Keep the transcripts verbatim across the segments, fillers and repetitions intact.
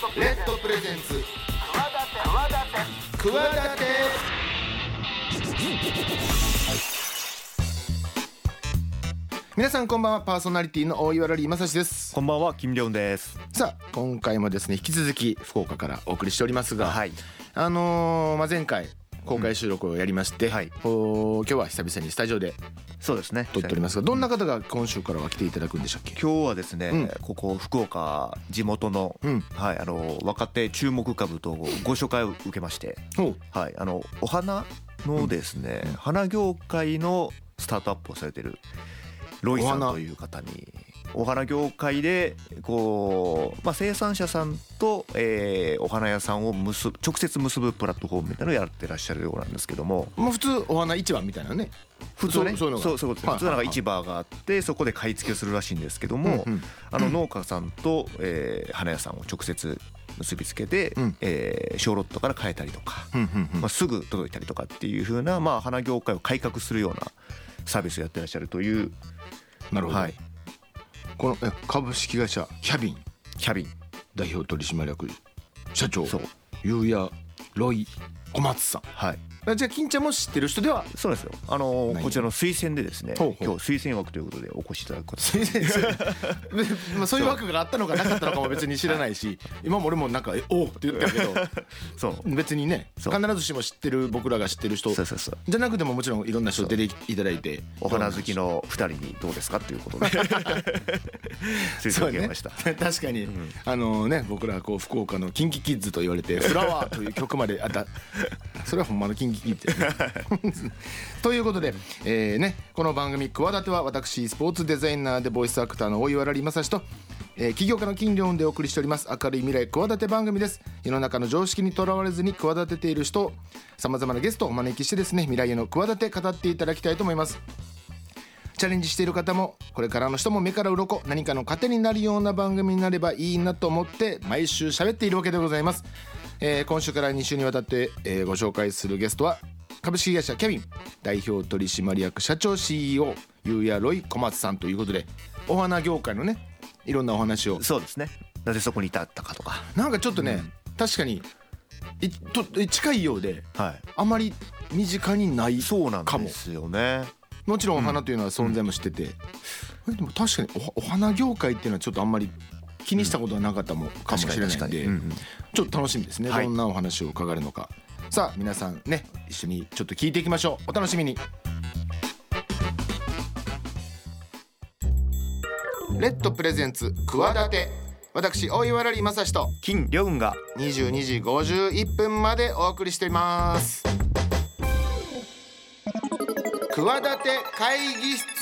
レッドプレゼンツくわだて。皆さんこんばんは。パーソナリティの大岩良理正史です。 こんばんは、金良です。 さあ今回もですね引き続き福岡からお送りしておりますが、 はい、 あのーまあ、前回公開収録をやりまして、うんはい、今日は久々にスタジオでそうですね撮っておりますが、どんな方が今週からは来ていただくんでしたっけ？ 今日はですね、うん、ここ福岡地元の、うんはい、あの若手注目株とご紹介を受けまして、はい、あのお花のですね、うん、花業界のスタートアップをされているロイさんという方に、お花業界でこう、まあ、生産者さんと、えー、お花屋さんを結ぶ直接結ぶプラットフォームみたいなのをやってらっしゃるようなんですけども、 まあ、普通お花市場みたいなね、 普通ね、 そういうのがそうそういうことです、はい、普通なんか市場があってそこで買い付けをするらしいんですけども、うんうん、あの農家さんと、えー、花屋さんを直接結びつけて、うんえー、小ロットから買えたりとか、うんうんうんまあ、すぐ届いたりとかっていう風な、まあ、花業界を改革するようなサービスをやってらっしゃるという。 なるほど、はい、このえ株式会社キャビンキャビン代表取締役社長ゆうやロイ小松さん、はい、じゃあ金ちゃんも知ってる人では？ そうですよ、あのー、こちらの推薦でですね、ほうほう今日推薦枠ということでお越しいただくこと推薦まあそういう枠があったのかなかったのかも別に知らないし今も俺もなんかえおーって言ったけどそう別にね必ずしも知ってる僕らが知ってる人じゃなくてももちろんいろんな人出ていただいてお花好きのふたりにどうですかっていうことで推薦を受けました、 ね、確かに、うん、あのね僕らこう福岡のキンキキッズと言われてフラワーという曲まであったそれはほんまのキンキキッズということで、えーね、この番組「くわだて」は私スポーツデザイナーでボイスアクターの大岩良理正史と、えー、起業家の金良でお送りしております明るい未来くわだて番組です。世の中の常識にとらわれずに企てている人をさまざまなゲストをお招きしてですね未来への企て語っていただきたいと思います。チャレンジしている方もこれからの人も目から鱗何かの糧になるような番組になればいいなと思って毎週喋っているわけでございます。えー、今週からに週にわたって、えー、ご紹介するゲストは株式会社キャビン代表取締役社長 シーイーオー ゆうやロイ小松さんということでお花業界のねいろんなお話を。 そうですね、なぜそこに至ったかとかなんかちょっとね、うん、確かにいと近いようで、はい、あまり身近にないかも。 そうなんですよね。 もちろんお花というのは存在も知ってて、うん、でも確かに お, お花業界っていうのはちょっとあんまり気にしたことはなかったもかもしれないんで、うん、ちょっと楽しみですね、はい、どんなお話を伺えるのか。さあ皆さんね一緒にちょっと聞いていきましょう。お楽しみに。レッドプレゼンツくわだて、私大岩良理正史と金良雲がにじゅうにじごじゅういっぷんまでお送りしています。くわだて会議室。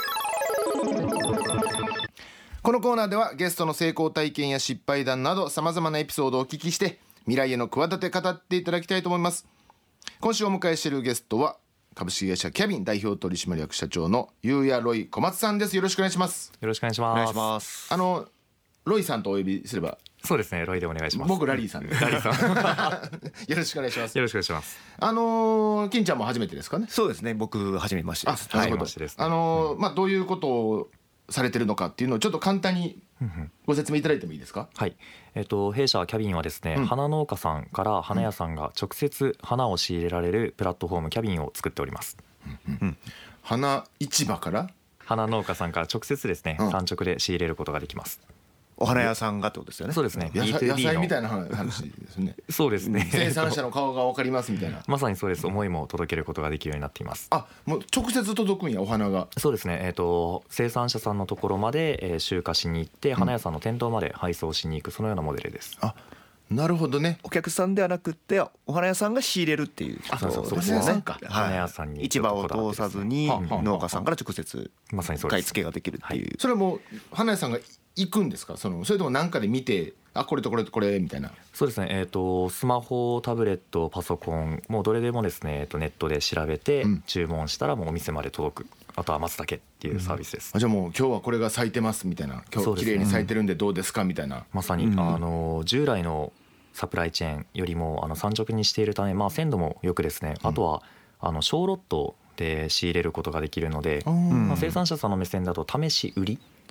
このコーナーではゲストの成功体験や失敗談などさまざまなエピソードをお聞きして未来への企て語っていただきたいと思います。今週お迎えしているゲストは株式会社キャビン代表取締役社長のゆうやロイ小松さんです。よろしくお願いします。 よろしくお願いします。お願いします。 あのロイさんとお呼びすれば？ そうですね、ロイでお願いします。 僕ラリーさんです。ラリーさんよろしくお願いします。 よろしくお願いします。 あのー、金ちゃんも初めてですかね？ そうですね、僕初めましてです。 あ、初めましてです、ね。あのーうん、まあどういうことをされてるのかっていうのをちょっと簡単にご説明いただいてもいいですか？ はい、えー、と弊社キャビンはですね、うん、花農家さんから花屋さんが直接花を仕入れられるプラットフォームキャビンを作っております、 うんうん、花市場から花農家さんから直接ですね、うん、産直で仕入れることができます。 お花屋さんがってことですよね。 そうですね、 野菜、野菜みたいな話ですね。 そうですね、 生産者の顔が分かりますみたいなまさにそうです。思いも届けることができるようになっています。 あ、もう直接届くんやお花が。 そうですね、えー、と生産者さんのところまで、えー、集荷しに行って花屋さんの店頭まで配送しに行く、そのようなモデルです。 あ、なるほどね。 お客さんではなくてお花屋さんが仕入れるっていう。 あ、そうそうそうですね。花屋さんに市場を通さずに農家さんから直接買い付けができるっていう、はい、 それも花屋さんが行くんですか？そのそれとも何かで見て、あ、これとこれとこれみたいな。 そうですね、えー、とスマホ、タブレット、パソコン、もうどれでもですね、えー、とネットで調べて注文したらもうお店まで届く、あとは待つだけっていうサービスです、 うん、あ、じゃあもう今日はこれが咲いてますみたいな、今日綺麗に咲いてるんでどうですかみたいな、 まさに、うん、あの従来のサプライチェーンよりもあの産直にしているため、まあ、鮮度もよくですね、あとはあの小ロットで仕入れることができるので、まあ、生産者さんの目線だと試し売り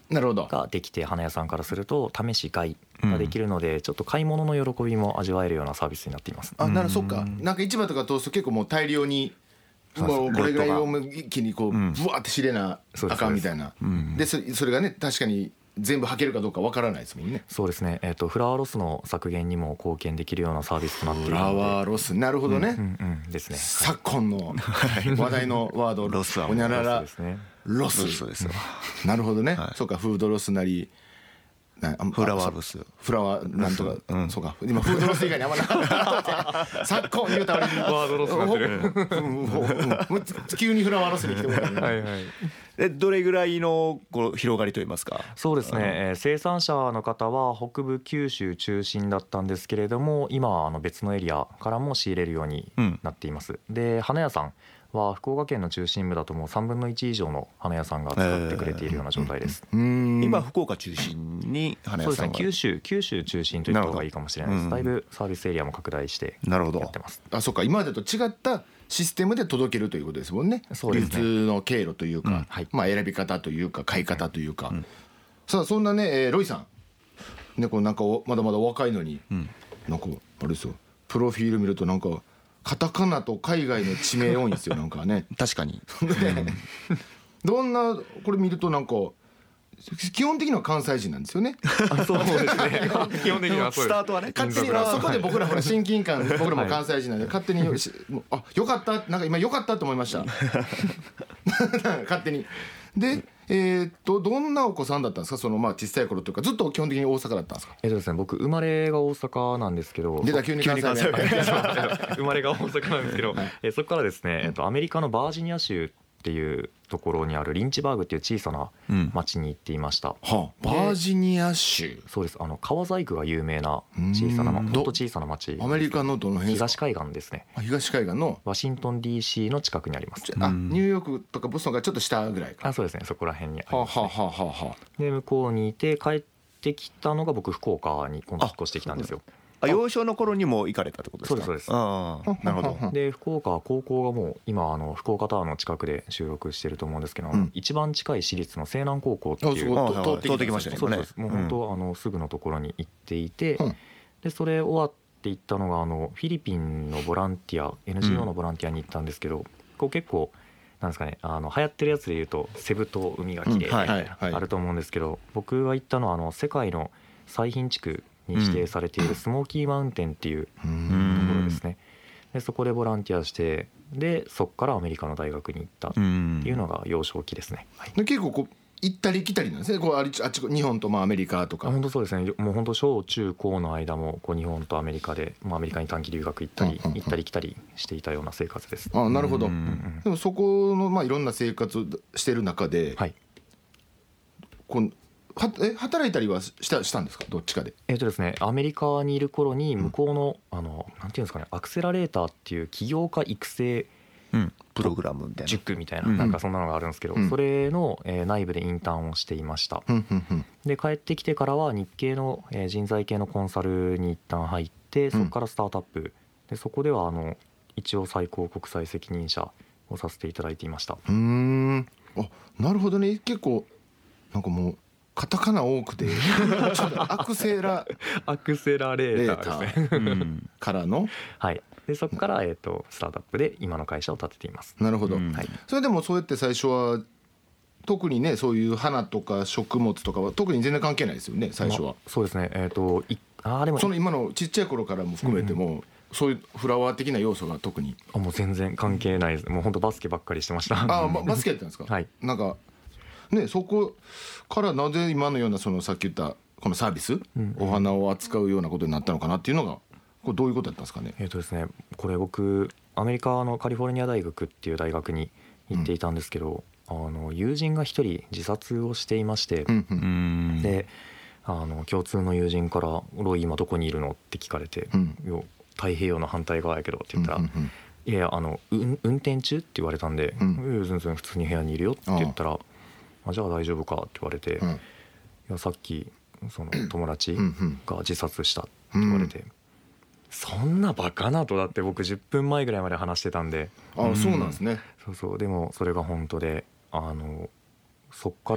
なるほどができて、花屋さんからすると試し買いができるので、ちょっと買い物の喜びも味わえるようなサービスになっています。 あ、なるそっか。なんか市場とか通すと結構もう大量にもうこれぐらいを一気にこうブワーって仕入れなあかんみたいな。でそれがね確かに全部履けるかどうかわからないですもんね。 そうですね、えー、とフラワーロスの削減にも貢献できるようなサービスとなっているフので。 ラワーロス、なるほどね、 うんうんうんですね、 昨今の話題のワードロスはおにゃららロスですね。 ロスそうですよ。 なるほどね、 はいそうか、フードロスなりなあフラワーロス、 フラワーなんとか、 うん、 そうか、今フードロス以外にあんまなかった昨今言うた割にワードロスになってるうんうんうん急にフラワーロスに来てもらうね。 はいはい。 でどれぐらいのこう広がりといいますか。 そうですね、えー生産者の方は北部九州中心だったんですけれども、今はあの別のエリアからも仕入れるようになっています。で花屋さんは福岡県の中心部だともうさんぶんのいち以上の花屋さんが使ってくれているような状態です。 うーん今福岡中心に花そうですね、 屋さんが。 九州九州中心といった方がいいかもしれないです。 なるほどだいぶサービスエリアも拡大してなるほどやってます。 あ、そうか、今までと違ったシステムで届けるということですもんね。 そうですね流通の経路というか、 うんはいまあ選び方というか買い方というか、さあそんなね、えーロイさんね、こうなんかおまだまだ若いのに、なんかあれですよ、プロフィール見るとなんかカタカナと海外の地名多いんですよなんかね。 確かに。 どんなこれ見るとなんか基本的には関西人なんですよね。 あ、そうですね基本的にはそうです。 スタートはね勝手に民族そこで僕らほら親近感、僕らも関西人なんで勝手によしもうあよかったなんか今よかったと思いました勝手に。でえーっとどんなお子さんだったんですか、そのまあ小さい頃というかずっと基本的に大阪だったんですか。 えっとですね、僕生まれが大阪なんですけど、 出た急に関西弁。 生まれが大阪なんですけど、えそこからですね、えっとアメリカのバージニア州っていうところにあるリンチバーグっていう小さな町に行っていました。 はあ、バージニア州。 そうです、あの革細工が有名な小さなうんほんと小さな町。 アメリカのどの辺ですか。 東海岸ですね。 あ、東海岸のワシントン ディーシー の近くにあります。 あニューヨークとかボストンがちょっと下ぐらいか。 あ、そうですね、そこら辺にありはあ、 ます、ね。 はあはあはあはあ、 で向こうにいて帰ってきたのが僕福岡に今度引っ越してきたんですよ。 あ、幼少の頃にも行かれたってことですか。 そうですそうです。 ああ、なるほど。 で福岡は高校がもう今あの福岡タワーの近くで収録してると思うんですけど、 うん一番近い私立の西南高校ってあいう、 そうあと通ってき通ってきましたね。 そうです、もう本うん当あのすぐのところに行っていて、 うんでそれ終わって行ったのがあのフィリピンのボランティア エヌジーオー のボランティアに行ったんですけど、こう結構なんですかね、あの流行ってるやつでいうとセブ島海が綺麗みたいうんはいなはいあると思うんですけど、僕が行ったのはあの世界の最貧地区に指定されているスモーキーマウンテンっていうところですね。でそこでボランティアしてでそこからアメリカの大学に行ったっていうのが幼少期ですね。はい、 で結構こう行ったり来たりなんですね。こうありあっちこ日本とまあアメリカとか。 本当そうですね。もう本当小中高の間もこう日本とアメリカで、まあ、アメリカに短期留学行ったり、 うんうんうん行ったり来たりしていたような生活です。 あ、なるほど。 うんでもそこのまあいろんな生活してる中で、 はい。 こうはえ働いたりはしたしたんですか、どっちかで。 えっとですね、アメリカにいる頃に向こうの、あのなんていうんですかね、アクセラレーターっていう起業家育成うんプログラムみたいな。 塾みたいな、 うんなんかそんなのがあるんですけど、 うんそれの、えー内部でインターンをしていました。 うんうんうんで帰ってきてからは日系の、えー人材系のコンサルに一旦入って、そこからスタートアップで、そこではあの一応最高国際責任者をさせていただいていました。 うーん。あ、なるほどね。結構なんかもうカタカナ多くてちょっとアクセラアクセラレレーータターですね。 ーうんからの。 はい。でそこから、えー、とスタートアップで今の会社を立てています。 なるほど、 うんはい。 それでもそうやって最初は特にね、そういう花とか食物とかは特に全然関係ないですよね、最初は。 まあそうですね。えっ、といあーでもその今のちっちゃい頃からも含めても、そういうフラワー的な要素が特に。 あもう全然関係ないです。もう本当バスケばっかりしてました。 あ、ま、バスケやってたんですか。 はい。 なんかね、そこからなぜ今のようなそのさっき言ったこのサービス、 うんお花を扱うようなことになったのかなっていうのが、これどういうことだったんですかね。 えーとですね、これ僕アメリカのカリフォルニア大学っていう大学に行っていたんですけど、あの友人が一人自殺をしていまして、 うんううんんであの共通の友人から「ロイ今どこにいるの?」って聞かれてうん 「いや太平洋の反対側やけど」って言ったら「 うんうんいやいやあの運運転中?」って言われたんで「 うんいやいや全然普通に部屋にいるよ」って言ったら「あじゃあ大丈夫か」って言われて「いうんやさっきその友達うんうんが自殺した」って言われて。そんなバカなと、だって僕じゅっぷんまえぐらいまで話してたんで、 あ、そうなんですね。 そうそう、でもそれが本当で、あのそっから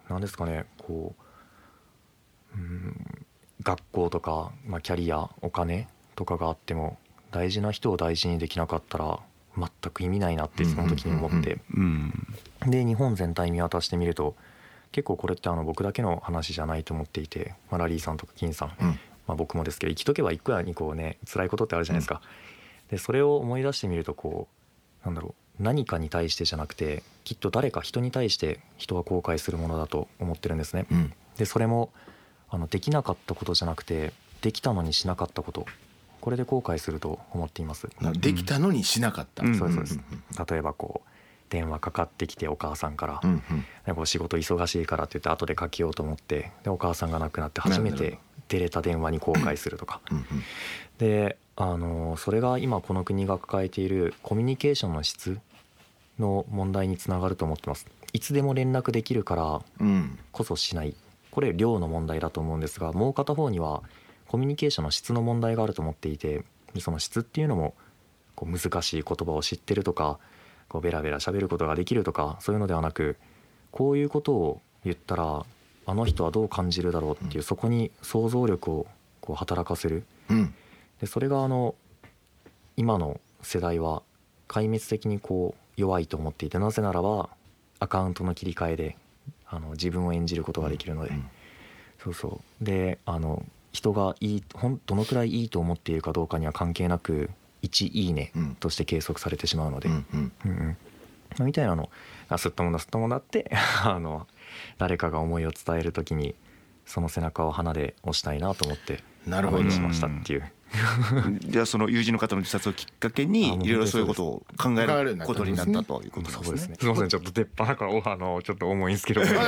なんですかねこう、うん、学校とか、まあ、キャリアお金とかがあっても大事な人を大事にできなかったら全く意味ないなってその時に思って、で日本全体見渡してみると結構これってあの僕だけの話じゃないと思っていて、まあ、ラリーさんとか金さん、うん、まあ、僕もですけど生きとけばいくらにこうね辛いことってあるじゃないですか、うん、でそれを思い出してみるとこうなんだろう何かに対してじゃなくてきっと誰か人に対して人は後悔するものだと思ってるんですね、うん、でそれもあのできなかったことじゃなくてできたのにしなかったこと、これで後悔すると思っています。 できたのにしなかった、 うん、そうですそうです。例えばこう電話かかってきてお母さんから、うんうん、こう仕事忙しいからって言って後でかけようと思ってでお母さんが亡くなって初めて出れた電話に後悔するとか、うんうん、であのそれが今この国が抱えているコミュニケーションの質の問題につながると思ってます。いつでも連絡できるからこそしない、これ量の問題だと思うんですが、もう片方にはコミュニケーションの質の問題があると思っていて、その質っていうのもこう難しい言葉を知ってるとかこうベラベラ喋ることができるとかそういうのではなく、こういうことを言ったらあの人はどう感じるだろうっていう、うん、そこに想像力をこう働かせる、うん、でそれがあの今の世代は壊滅的にこう弱いと思っていて、なぜならばアカウントの切り替えであの自分を演じることができるので、うん、そうそうであの人がいいほんどのくらいいいと思っているかどうかには関係なくいちいいねとして計測されてしまうので、うんうんうんうん、みたいなのがすったもんだすったもんだってあの誰かが思いを伝えるときにその背中を鼻で押したいなと思って応援しましたっていう。 じゃあその友人の方の自殺をきっかけにいろいろそういうことを考えることになったということですね。 すみませんちょっと出っ鼻からお花ちょっと重いんですけどちょ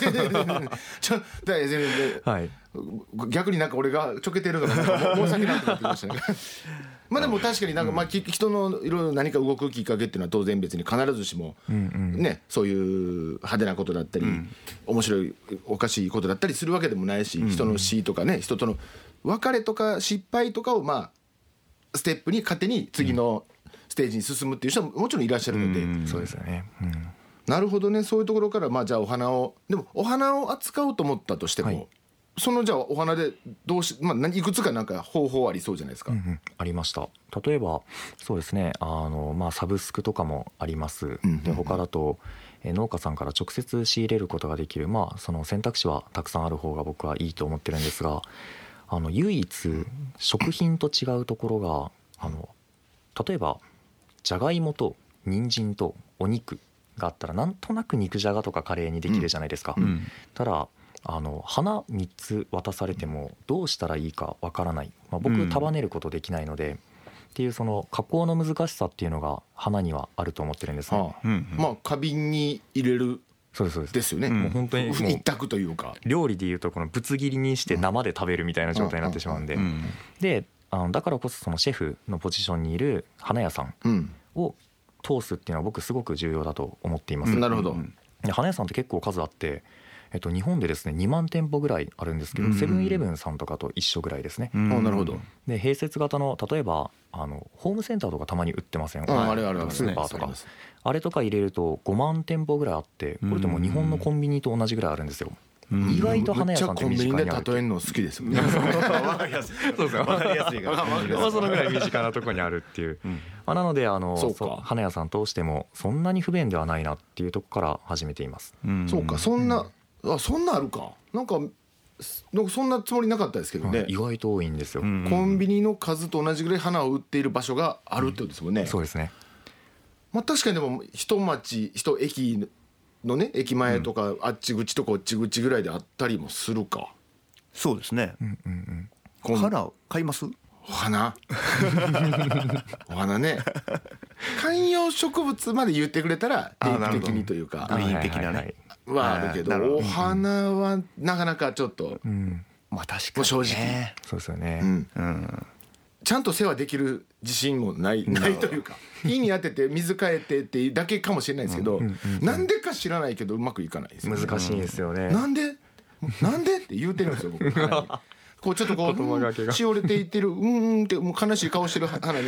はい、逆になんか俺がちょけてるのが申し訳なくなってきましたねまあでも確かになんかまあ人のいろいろ何か動くきっかけっていうのは当然別に必ずしもねそういう派手なことだったり面白いおかしいことだったりするわけでもないし、人の死とかね人との別れとか失敗とかをまあステップに勝手に次のステージに進むっていう人はもちろんいらっしゃるので、 うん、そうですよね、うん、 なるほどね。そういうところからまあじゃあお花をでもお花を扱おうと思ったとしても、はい、そのじゃあお花でどうし、まあ、いくつかなんか方法ありそうじゃないですか、 うんうん、ありました。例えばそうですねあの、まあ、サブスクとかもあります、うんうんうん、で他だとえ農家さんから直接仕入れることができる、まあ、その選択肢はたくさんある方が僕はいいと思ってるんですが、あの唯一食品と違うところがあの例えばじゃがいもと人参とお肉があったらなんとなく肉じゃがとかカレーにできるじゃないですか、うん、ただあの花みっつ渡されてもどうしたらいいかわからない、まあ、僕束ねることできないので、うん、っていうその加工の難しさっていうのが花にはあると思ってるんですね、はあうんうん、まあ花瓶に入れるそうですそうですですよね、うん、 もう本当に一択というか料理でいうとこのぶつ切りにして生で食べるみたいな状態になってしまうんで、うん、であのだからこそそのシェフのポジションにいる花屋さんを通すっていうのは僕すごく重要だと思っています、 うん、なるほど。 で花屋さんって結構数あって、えっと、日本でですねにまん店舗ぐらいあるんですけど、セブンイレブンさんとかと一緒ぐらいですね、 うんうん、なるほど。 で併設型の例えばあのホームセンターとかたまに売ってません、 あれあれあれスーパーとかあれとか入れるとごまん店舗ぐらいあって、これってもう日本のコンビニと同じぐらいあるんですよ。意外と花屋さんって身近にある。めっちゃコンビニで例えるの好きですもんね。わかりやすい。そうですよ。わかりやすいが。そのぐらい身近なところにあるっていう。まあなのであの花屋さん通してもそんなに不便ではないなっていうところから始めています。 そうか、そんなあそんなあるか。なんかなんかそんなつもりなかったですけどね、 意外と多いんですよ。 コンビニの数と同じぐらい花を売っている場所があるってことですもんね、 うん、そうですね。 まあ、確かにでも一町一駅のね駅前とかあっち口とこっち口ぐらいであったりもするか。 そうですね、うんうんうん、花買います？ お花お花ね観葉植物まで言ってくれたら定期的にというかグリーン的なねはあるけど、お花はなかなかちょっと、うん、 まあ確かに、ね、 正直そうですよね、 うんうん、ちゃんと世話できる自信もないないというか火に当てて水変えてっていうだけかもしれないですけど、うんうんうん、なんでか知らないけどうまくいかないですよね。 難しいですよね。 なんでなんでって言うてるんですよ僕こうちょっとこうしおれていってるうんうんってもう悲しい顔してる花に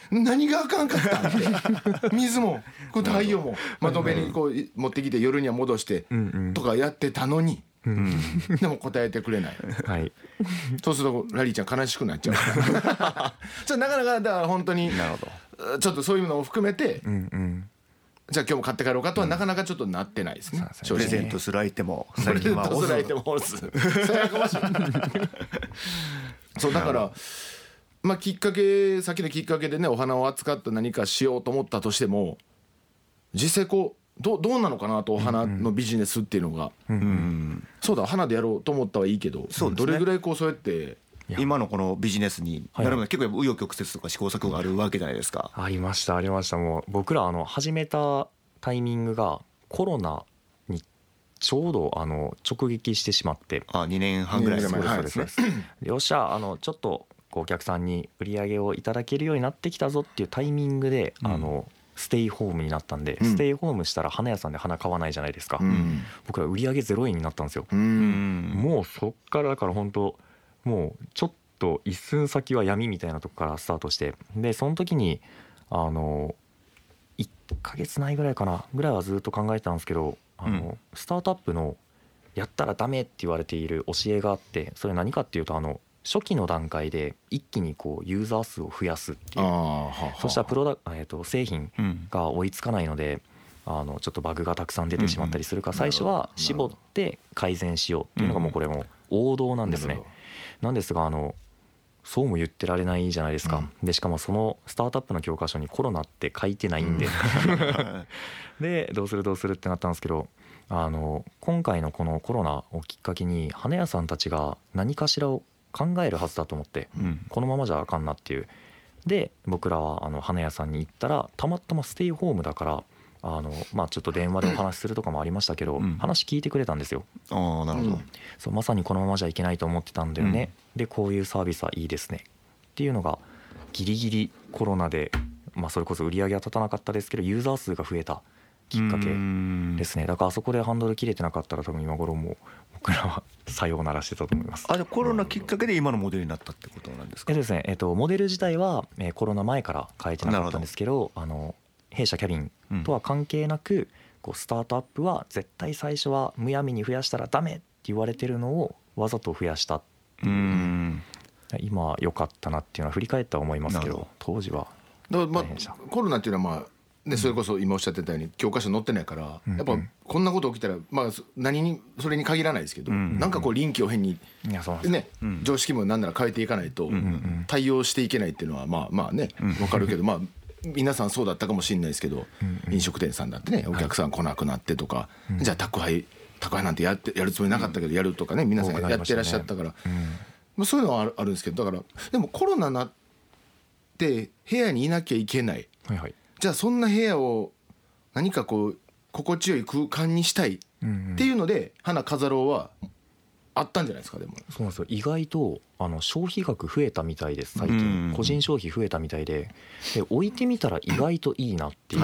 何があかんかったって水もこう太陽も窓辺にこう持ってきて夜には戻してとかやってたのに、うん、でも答えてくれない、はい、そうするとラリーちゃん悲しくなっちゃうちょなかなかだから本当になるほどちょっとそういうのを含めて、うんうん、じゃあ今日も買って帰ろうかとはなかなかちょっとなってないですね、うん、 プレゼントする相手も最近はプレゼントする相手もおずそれやかましいそうだからまあきっかけさっきのきっかけでねお花を扱った何かしようと思ったとしても実際こうど, どうなのかなとお花のビジネスっていうのが、うんうん、そうだ花でやろうと思ったはいいけど、そうですね、どれぐらいこうそうやって今のこのビジネスになるまで結構紆余曲折とか試行錯誤があるわけじゃないですか。 ありましたありました。もう僕らあの始めたタイミングがコロナにちょうどあの直撃してしまって、 あにねんはんぐらいですね。 そうですそうです、はい、よっしゃあのちょっとお客さんに売り上げをいただけるようになってきたぞっていうタイミングで、うん、あのステイホームになったんで、うん、ステイホームしたら花屋さんで花買わないじゃないですか、うん、僕ら売り上げゼロえんになったんですよ、うん、もうそっからだから本当もうちょっと一寸先は闇みたいなとこからスタートして、でその時にあのいっかげつないぐらいかなぐらいはずっと考えてたんですけど、あの、うん、スタートアップのやったらダメって言われている教えがあって、それ何かっていうとあの初期の段階で一気にこうユーザー数を増やすっていう、あそしたらプロダ、えーと製品が追いつかないので、あのちょっとバグがたくさん出てしまったりするから、最初は絞って改善しようっていうのがもうこれも王道なんですね。なんですがあのそうも言ってられないじゃないですか、うん、でしかもそのスタートアップの教科書にコロナって書いてないんで、うん、でどうするどうするってなったんですけど、あの今回のこのコロナをきっかけに花屋さんたちが何かしらを考えるはずだと思って、うん、このままじゃあかんなっていう。で僕らはあの花屋さんに行ったらたまたまステイホームだからあの、まあ、ちょっと電話でお話しするとかもありましたけど、うん、話聞いてくれたんですよ。 あなるほど、うん、 そうまさにこのままじゃいけないと思ってたんだよね、うん、でこういうサービスはいいですねっていうのがギリギリコロナで、まあ、それこそ売り上げは立たなかったですけどユーザー数が増えたきっかけですね。だからあそこでハンドル切れてなかったら多分今頃も僕らはさようならしてたと思います。 あ、じゃあコロナきっかけで今のモデルになったってことなんですか。 えっとですね、えっと、モデル自体はコロナ前から変えてなかったんですけど、あの弊社キャビンとは関係なく、うん、こうスタートアップは絶対最初はむやみに増やしたらダメって言われてるのをわざと増やしたっていう、うん、今良かったなっていうのは振り返ったら思いますけど、当時は大変でした。コロナっていうのはまあでそれこそ今おっしゃってたように教科書載ってないから、やっぱこんなこと起きたらまあ何にそれに限らないですけど、なんかこう臨機応変にね常識もなんなら変えていかないと対応していけないっていうのはまあまあね分かるけど、まあ皆さんそうだったかもしれないですけど、飲食店さんだってねお客さん来なくなってとか、じゃあ宅配宅配なんてやってやるつもりなかったけどやるとかね、皆さんやってらっしゃったからそういうのはあるあるんですけど、だからでもコロナなって部屋にいなきゃいけない、はいはい、じゃあそんな部屋を何かこう心地よい空間にしたいっていうので花飾ろうはあったんじゃないですか。でもそうなんですよ、意外とあの消費額増えたみたいです最近、個人消費増えたみたいで、で置いてみたら意外といいなっていう、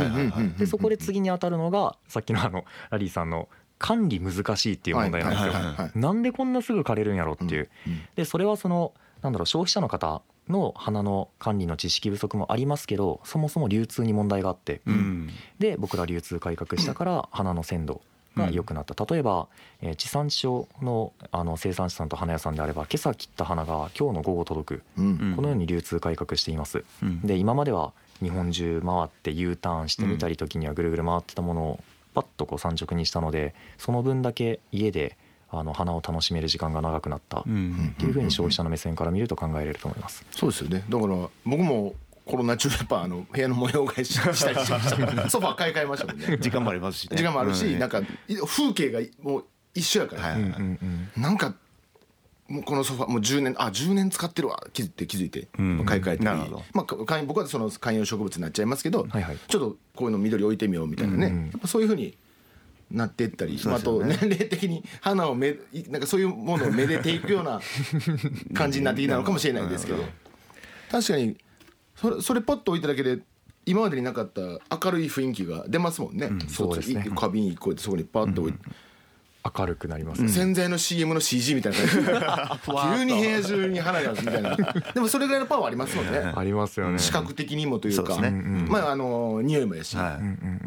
でそこで次に当たるのがさっきのあのラリーさんの管理難しいっていう問題なんですよ。なんでこんなすぐ枯れるんやろっていう。でそれはそのなんだろう消費者の方の花の管理の知識不足もありますけど、そもそも流通に問題があって、で僕ら流通改革したから花の鮮度が良くなった。例えば、えー、地産地消 の, あの生産者さんと花屋さんであれば今朝切った花が今日の午後届く、うん、このように流通改革しています、うん、で今までは日本中回って U ターンしてみたり時にはぐるぐる回ってたものをパッとこう産直にしたので、その分だけ家であの花を楽しめる時間が長くなったっていうふうに消費者の目線から見ると考えられると思います。 そうですよね。だから僕もコロナ中やっぱあの部屋の模様替えしたりしましたソファー買い替えましたもんね。 時間もありますしね。 時間もあるし、なんか風景がもう一緒やから、なんかもうこのソファーもうじゅうねんあじゅうねん使ってるわ気づいて気づいて買い替えて、まあ僕はその観葉植物になっちゃいますけど、ちょっとこういうの緑置いてみようみたいなね、やっぱそういう風になっていったり、あと年齢的に花をめなんかそういうものをめでていくような感じになってきたのかもしれないですけど、確かにそれそれパッと置いただけで今までになかった明るい雰囲気が出ますもんね。うん、そうですね。花瓶一個でそこにパッと置いて、 明るくなります、ね、 洗剤の シーエム の シージー みたいな感じ急に部屋中に花がみたいなでもそれぐらいのパワーありますもんねありますよね視覚的にもというか、 ね、 まああの匂いもやし、はい、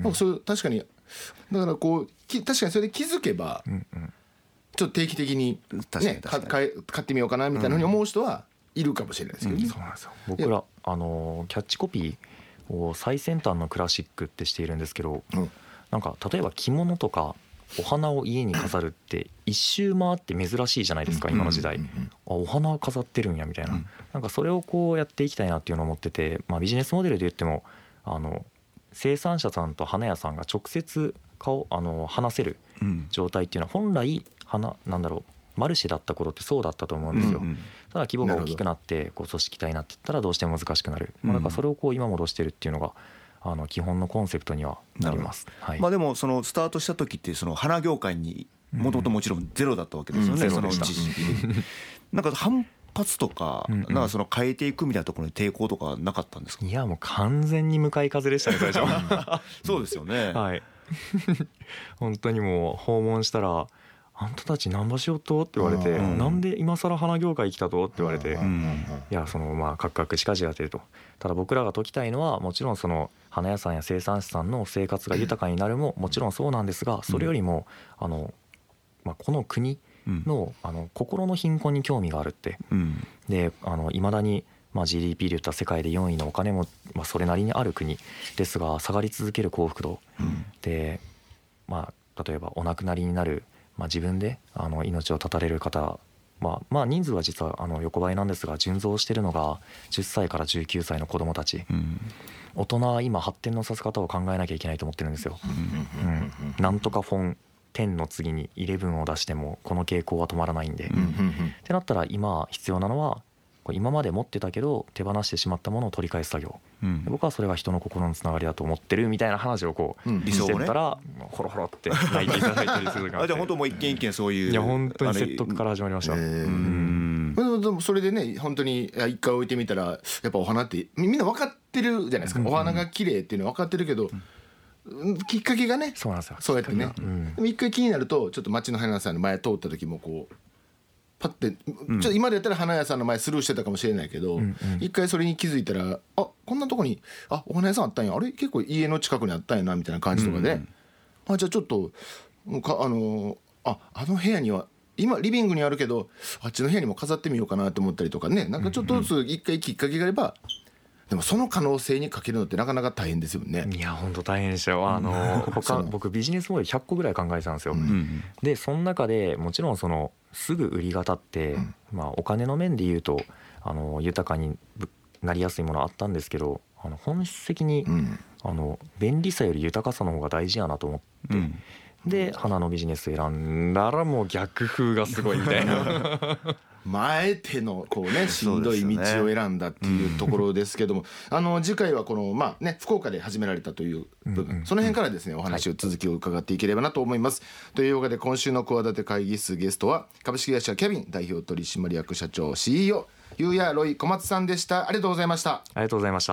うそう確かにだからこう確かにそれで気づけば、うんうん、ちょっと定期的に、ね、か買ってみようかなみたいなふうに思う人はいるかもしれないですけどね、 うん、そうなんですよ僕らあのキャッチコピーを最先端のクラシックってしているんですけど、うん、なんか例えば着物とかお花を家に飾るって一周回って珍しいじゃないですか今の時代、あお花飾ってるんやみたいな、なんかそれをこうやっていきたいなっていうのを思ってて、まあ、ビジネスモデルで言ってもあの生産者さんと花屋さんが直接顔あの話せる状態っていうのは本来花なんだろうマルシェだった頃ってそうだったと思うんですよ、うんうん、ただ規模が大きくなってこう組織体になっていったらどうしても難しくなる、まあ、だからそれをこう今戻してるっていうのがあの基本のコンセプトにはなります、はい、 まあ、でもそのスタートした時ってその花業界にもともともちろんゼロだったわけですよね、うん、その知識でなんか反発とかなんかその変えていくみたいなところに抵抗とかなかったんですか？ いやもう完全に向かい風でしたね最初そうですよね、 はい本当にもう訪問したらあんたたち難波しようとって言われて、うん、なんで今更花業界来たとって言われて、うん、いやそのまあカクカクしかじやってると。ただ僕らが解きたいのはもちろんその花屋さんや生産者さんの生活が豊かになるももちろんそうなんですが、それよりもあの、まあ、この国のあの心の貧困に興味があるって、うん、であの未だにまあ ジーディーピー で言ったら世界でよんいのお金もまあそれなりにある国ですが下がり続ける幸福度、うん、でまあ例えばお亡くなりになるまあ自分であの命を絶たれる方、まあ、まあ人数は実はあの横ばいなんですが純増してるのがじゅっさいからじゅうきゅうさいの子どもたち、うん、大人は今発展のさせ方を考えなきゃいけないと思ってるんですよ、うんうん、なんとかフォンじゅうの次にじゅういちを出してもこの傾向は止まらないんで、うんうんうん、ってなったら今必要なのは今まで持ってたけど手放してしまったものを取り返す作業、うん、僕はそれが人の心のつながりだと思ってるみたいな話をこう、うん、してったら、ね、ホロホロって泣いていただいたりするあじゃあ本当もう一件一件そういういや本当に説得から始まりました、えー、うんでもそれでね本当に一回置いてみたらやっぱお花ってみんな分かってるじゃないですか、うん、お花が綺麗っていうのは分かってるけど、うん、きっかけがねそうなんですよそうやってね、うん、でも一回気になるとちょっと町の花屋さんの前通った時もこうパッてちょっと今でやったら花屋さんの前スルーしてたかもしれないけど、うんうん、一回それに気づいたらあこんなとこにあお花屋さんあったんやあれ結構家の近くにあったんやなみたいな感じとかで、うんうん、あじゃあちょっとかあのああの部屋には今リビングにあるけどあっちの部屋にも飾ってみようかなと思ったりとかねなんかちょっとずつ一回きっかけがあればでもその可能性にかけるのってなかなか大変ですよね。 いや本当大変でしたよ。あの他僕ビジネスモデルひゃっこぐらい考えてたんですよ、うん、でその中でもちろんそのすぐ売り方って、うんまあ、お金の面で言うとあの豊かになりやすいものはあったんですけどあの本質的に、うん、あの便利さより豊かさの方が大事やなと思って、うん、で花のビジネス選んだらもう逆風がすごいみたいな前手のこうねしんどい道を選んだっていうところですけども、あの次回はこのまあね福岡で始められたという部分、その辺からですねお話を続きを伺っていければなと思います。というわけで今週の企て会議室ゲストは株式会社キャビン代表取締役社長 シーイーオー ゆうやロイ小松さんでした。ありがとうございました。 ありがとうございました。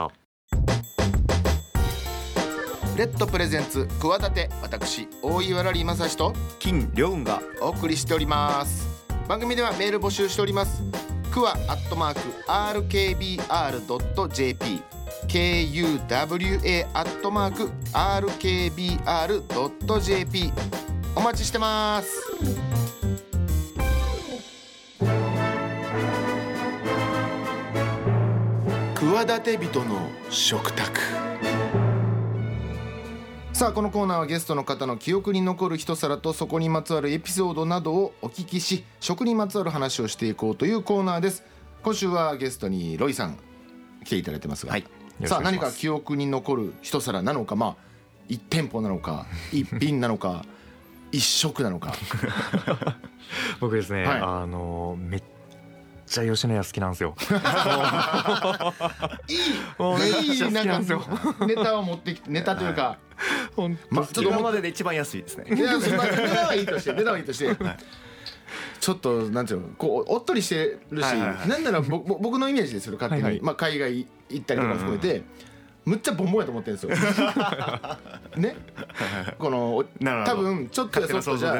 レッドプレゼンツ企て私大岩良理正史と金良雲がお送りしております。番組ではメール募集しております。クワアットマーク アールケービーアールドットジェーピー ケーユーダブリューエー アットマーク アールケービーアールドットジェーピー お待ちしてます。企て人の食卓。さあこのコーナーはゲストの方の記憶に残る一皿とそこにまつわるエピソードなどをお聞きし食にまつわる話をしていこうというコーナーです。今週はゲストにロイさん来ていただいてますが、はい、さあ何か記憶に残る一皿なのか、まあ一店舗なのか一品なのか一食なのか僕ですね、はい、あのめっめっちゃ吉野家好きなんですよいいもうめっちゃ好きなんですよネタを持ってきてネタというか、 はい、ま、ちょっと今までで一番安いですね。 いや、まあ、ネタはいいとしてネタはいいとして、はい、ちょっとなんていうのこうおっとりしてるし、はいはいはい、なんなら僕のイメージですよ勝手に、はいはいまあ、海外行ったりとか含めて、うんうんむっちゃボンボンやと思ってるんですよねこの多分ちょっとやそっとじゃ、ね、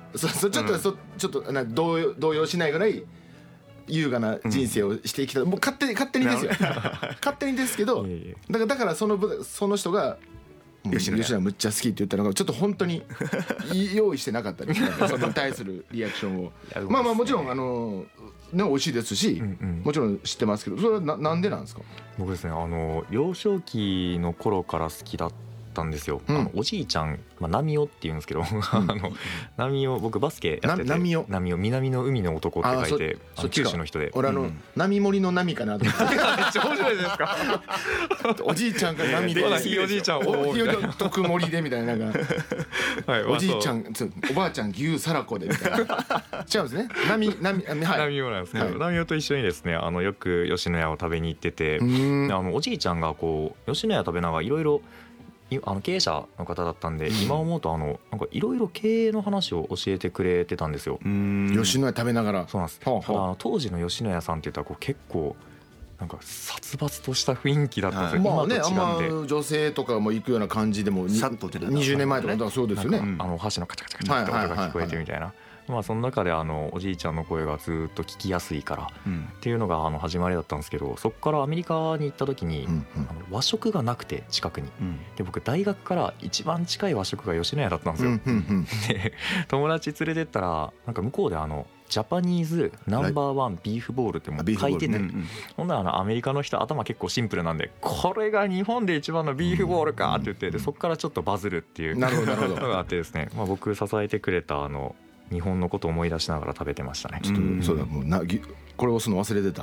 そそちょっと、うん、そちょっとな動揺動揺しないぐらい優雅な人生をしていきたい、うん、もう勝手に勝手にですよ勝手にですけどだからだからそのその人が吉野家むっちゃ好きって言ったのがちょっと本当に用意してなかったですねそれに対するリアクションをまあまあもちろんあのね美味しいですし、うんうん、もちろん知ってますけどそれは な, なんでなんですか？ 僕ですねあの幼少期の頃から好きだったんですよ、うん、あのおじいちゃん、まあ、ナミオって言うんですけど、うん、あのナミオ僕バスケやっててナミオナミオ南の海の男って書いてあの九州の人で俺あの、うん、波森の波かなと思ってめっちゃ面白いですかおじいちゃんが波でひいおじいちゃんおひいおじいちゃん特盛りでみたいななんか、はい、おじいちゃんおばあちゃん牛サラコでみたいな違うんですね波波はいナミオなんですけど、はい、ナミオと一緒にですねあのよく吉野家を食べに行っててあのおじいちゃんがこう吉野家食べながらいろいろあの経営者の方だったんで、うん、今思うとあのなんかいろいろ経営の話を教えてくれてたんですよ。 うーん吉野家食べながら。 そうなんです。はあはあ、ただあの当時の吉野家さんって言ったらこう結構なんか殺伐とした雰囲気だったんですよ、 はい、まあねあんま女性とかも行くような感じでもにじゅうねんまえとかだそうですよね。 あのお箸のカチャカチャカチャって音が聞こえてみたいな。まあその中であのおじいちゃんの声がずっと聞きやすいからっていうのがあの始まりだったんですけど、そこからアメリカに行った時にあの和食がなくて近くにで僕大学から一番近い和食が吉野家だったんですよ。で友達連れてったらなんか向こうであのジャパニーズナンバーワンビーフボールってもう書いてて、ほんならあのアメリカの人頭結構シンプルなんでこれが日本で一番のビーフボールかって言ってでそこからちょっとバズるっていうのがあってですね、まあ僕支えてくれたあの日本のことを思い出しながら食べてましたね。 ちょっとそうだもうなこれ押すの忘れてた。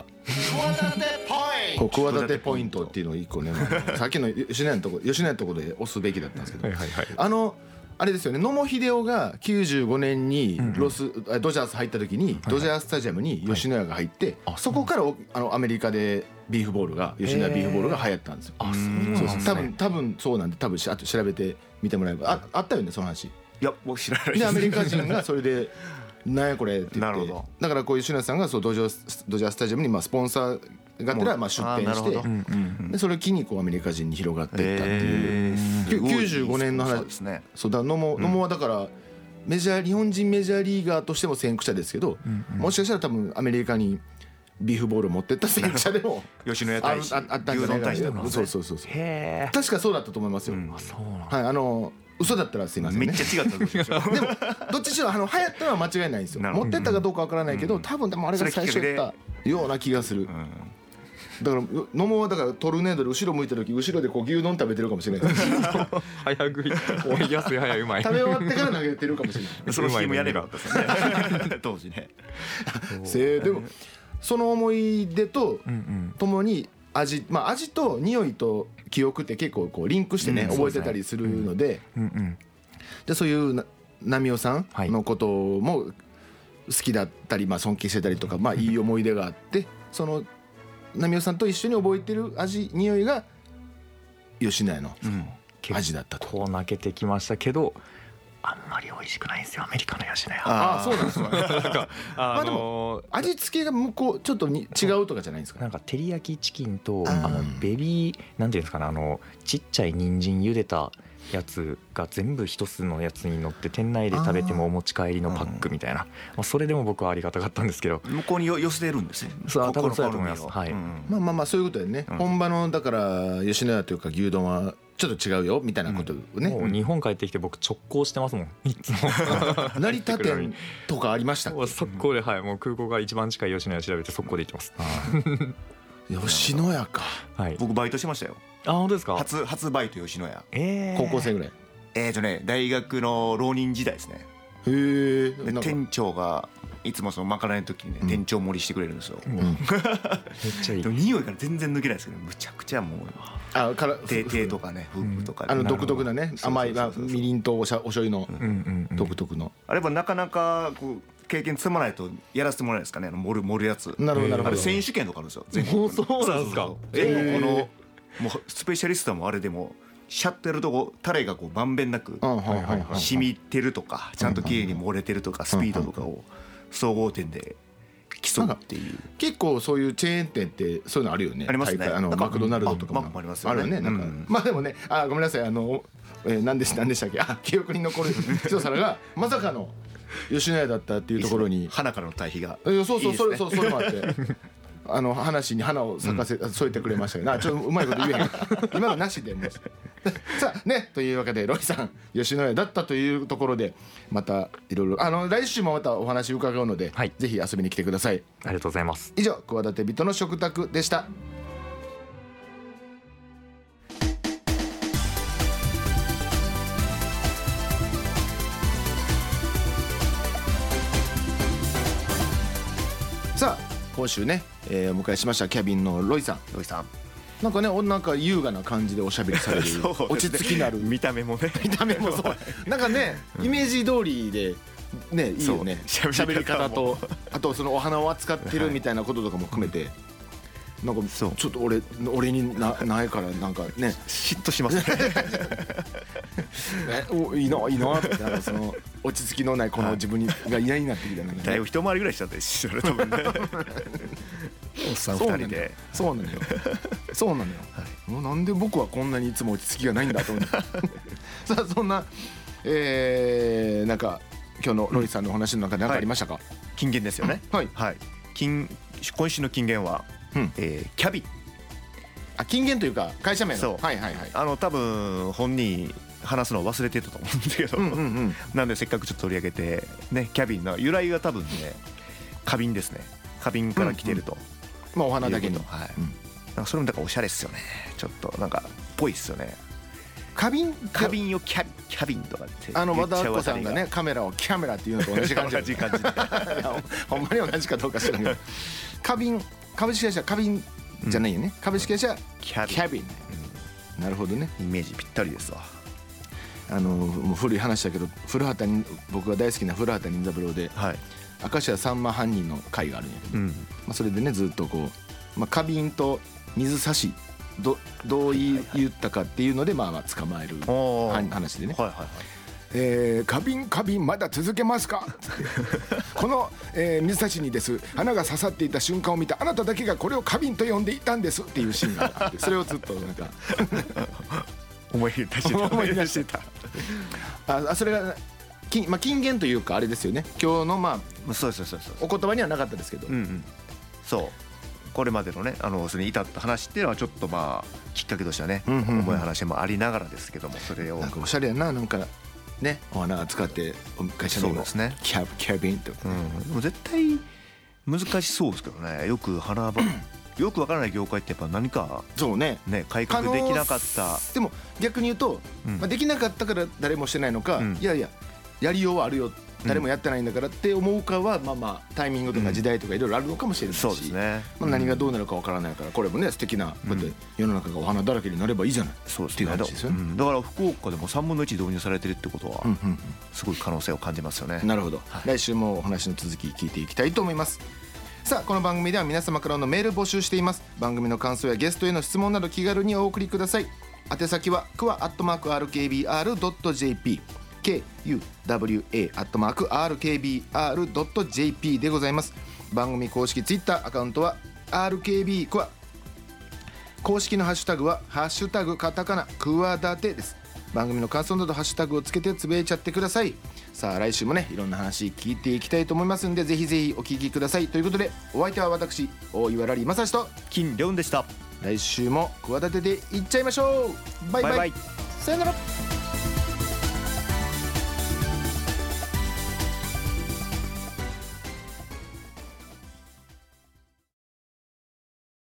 企てポイントっていうのを一個ね、まあ、さっきの吉野家のとこ吉野家のとこで押すべきだったんですけど、はいはいはい、あのあれですよね野茂英雄がきゅうじゅうごねんにロス、うんうん、ドジャース入った時にドジャースタジアムに吉野家が入って、はい、そこからあのアメリカでビーフボールが吉野家ビーフボールが流行ったんですよ。あそうそう多分多分そうなんで多分あと調べてみてもらえば あ, あったよねその話。 いや僕知らないです。 でアメリカ人がそれでなんやこれって言ってだからこういう吉野家さんがそうドジャードジャースタジアムにまあスポンサーがてらまあ出店してでそれを機にこうアメリカ人に広がっていったっていうきゅうじゅうごねんの話ですね。そうだ野茂野茂はだからメジャー日本人メジャーリーガーとしても先駆者ですけどもしかしたら多分アメリカにビーフボールを持ってった先駆者でも吉野家大使あったんじゃないかな。そうそうそうそう確かそうだったと思いますよ。はいあの嘘だったらすいませんね。 めっちゃ違ったでしょでもどっちしろあの流行ったのは間違いないんですよ。持ってったかどうかわからないけど、うん、多分でもあれが最初だったような気がする、うん、だから野茂はだからトルネードで後ろ向いた時後ろでこう牛丼食べてるかもしれない早食い安い早いうまい食べ終わってから投げてるかもしれないその日もやればよかったですね当時ねせでもその思い出とともに味、まあ、味と匂いと記憶って結構こうリンクしてね、うん、覚えてたりするので、うんうん、でそういう波尾さんのことも好きだったり、まあ、尊敬してたりとか、まあ、いい思い出があってその波尾さんと一緒に覚えてる味匂いが吉野家の味だったと、 うん、こう泣けてきましたけどあんまり美味しくないんですよアメリカの吉野家。 ああそうなんですかなんかまあでも味付けが向こうちょっとに違うとかじゃないんですか。 なんか照り焼きチキンとあのベビーなんていうんですかねあのちっちゃい人参茹でたやつが全部一つのやつに乗って店内で食べてもお持ち帰りのパックみたいな、まあ、それでも僕はありがたかったんですけど向こうに寄せてるんですね。 そう多分そうだと思います、はい、 うん、まあまあまあそういうことでね、うん、本場のだから吉野家というか牛丼はちょっと違うよみたいなことをね、 うん、もう日本帰ってきて僕直行してますもんいつも成田店とかありましたっけ。 速攻ではいもう空港が一番近い吉野家調べて速攻で行ってます吉野家か、 はい、僕バイトしましたよ。 あ本当ですか。 初初バイト吉野家、 えー、高校生ぐらいえーとね大学の浪人時代ですね。 へえ。 店長がいつもそのまかないの時にね、うん、店長盛りしてくれるんですよ、うん、めっちゃいい。 でも匂いから全然抜けないですけどむちゃくちゃもうあから手とかね夫婦とか、 うん、あの独特なね甘いみりんとおしゃお醤油の独特の、 あれはなかなかこう経験積まないとやらせてもらえないですかね盛る盛るやつ。 なるほどなるほど。 あれ選手権とかあるんですよ全国。 そうなんですか。 全国このもうスペシャリストもあれでもシャッてるとこタレがこうまんべんなく染みてるとかちゃんときれいに漏れてるとかスピードとかを総合点で競うっていう。 結構そういうチェーン店ってそういうのあるよね。 ありますね。 あのマクドナルドとかもありますよね。 あるよね。なんかまあでもねあごめんなさいあのえ何で何でしたっけあ記憶に残る一皿がまさかの吉野家だったっていうところに花からの対比がそうそういいですね。 それそうそれもあってあの話に花を咲かせ、うん、添えてくれましたよな。ちょっとうまいこと言えへん今のなしでもさあね、というわけでロイさん吉野家だったというところでまたいろいろあの来週もまたお話伺うので、はい、ぜひ遊びに来てください。 ありがとうございます。 以上企て人の食卓でした。さあ今週ね、えー、お迎えしましたキャビンのロイさん。 ロイさんなんかね、なんか優雅な感じでおしゃべりされる落ち着きのある見た目もね見た目もそうなんかね、イメージ通りでね、いいよね。しゃべり方とあとそのお花を扱ってるみたいなこととかも含めて、なんかちょっと俺俺になないからなんかね嫉妬しますねおいいないいなってなんかその落ち着きのないこの自分にが嫌になってきたなんか、ね、 だいぶ一回りぐらいしちゃったりしてる多分ねおっさんふたりでそうなのよそうなのよ、はい、もうなんで僕はこんなにいつも落ち着きがないんだと思ってさあそんな、えー、なんか今日のロイさんのお話の中で何かありましたか。はい、 金言ですよね。 はい、 はい、金今週の金言は、うんえー、キャビン。 あ、金言というか会社名の。 そう、 はいはいはい。 あの多分本人話すのを忘れてたと思うんだけど、うんうん、うん、なんでせっかくちょっと取り上げてね、キャビンの由来が多分ね花瓶ですね。花瓶から来てると、うんうん、 まあお花だけに、 はい、うん、なんかそれもだからおしゃれっすよね。ちょっとなんかっぽいっすよね。 花瓶花瓶をキャキャビンとかってあの和田アキ子さんがねカメラをキャメラっていうのと同じ感じ同じ感じでほんまに同じかどうか知らんけど花瓶株式会社花瓶じゃないよね、うん、株式会社キャビン、キャビン、うん、なるほどね。 イメージぴったりですわ。 あのもう古い話だけど古畑に僕が大好きな古畑任三郎で、はい、明石家さんま犯人の回があるんやけど、うん、まあ、それでねずっとこう、まあ、花瓶と水差しど, どう言ったかっていうのでまあまあ捕まえる話でね、はいはいはい、えー、花瓶花瓶まだ続けますかこの、えー、水差しにです花が刺さっていた瞬間を見たあなただけがこれを花瓶と呼んでいたんですっていうシーンがあってそれをずっとなんか思い出してた思い出してたあそれが金、まあ、金言というかあれですよね今日のまあそうそうそうそうお言葉にはなかったですけど、うんうん、 そうこれまでのねあのそれに至った話っていうのはちょっとまあきっかけとしてはね、うんうんうん、重い話もありながらですけどもそれをなんかおしゃれやななんかねお花使って会社にもそうですねキャキャビンとか、 うん、でも絶対難しそうですけどね。よく花場よくわからない業界ってやっぱ何かそうねね改革できなかったでも逆に言うと、うんまあ、できなかったから誰もしてないのか、うん、いやいややりようはあるよ誰もやってないんだからって思うかはまあまあタイミングとか時代とかいろいろあるのかもしれないし、 そうですね、 まあ、何がどうなるかわからないからこれもね素敵なだって世の中がお花だらけになればいいじゃない、 そうですね、っていう話ですよね、うん、だから福岡でもさんぶんのいち導入されてるってことはすごい可能性を感じますよね。 なるほど、はい、来週もお話の続き聞いていきたいと思います。さあこの番組では皆様からのメール募集しています。番組の感想やゲストへの質問など気軽にお送りください。宛先はクワアットマーク アールケービーアールドットジェーピーケーユーダブリューエー アットマーク アールケービーアールドットジェーピー でございます。番組公式ツイッターアカウントは アールケービー クワ、公式のハッシュタグはハッシュタグカタカナクワダテです。番組の感想などハッシュタグをつけてつぶやいちゃってください。さあ来週もねいろんな話聞いていきたいと思いますんでぜひぜひお聞きください。ということでお相手は私大岩良理正史と金良でした。 来週もクワダテでいっちゃいましょう。バイバイ、バイバイ、さよなら。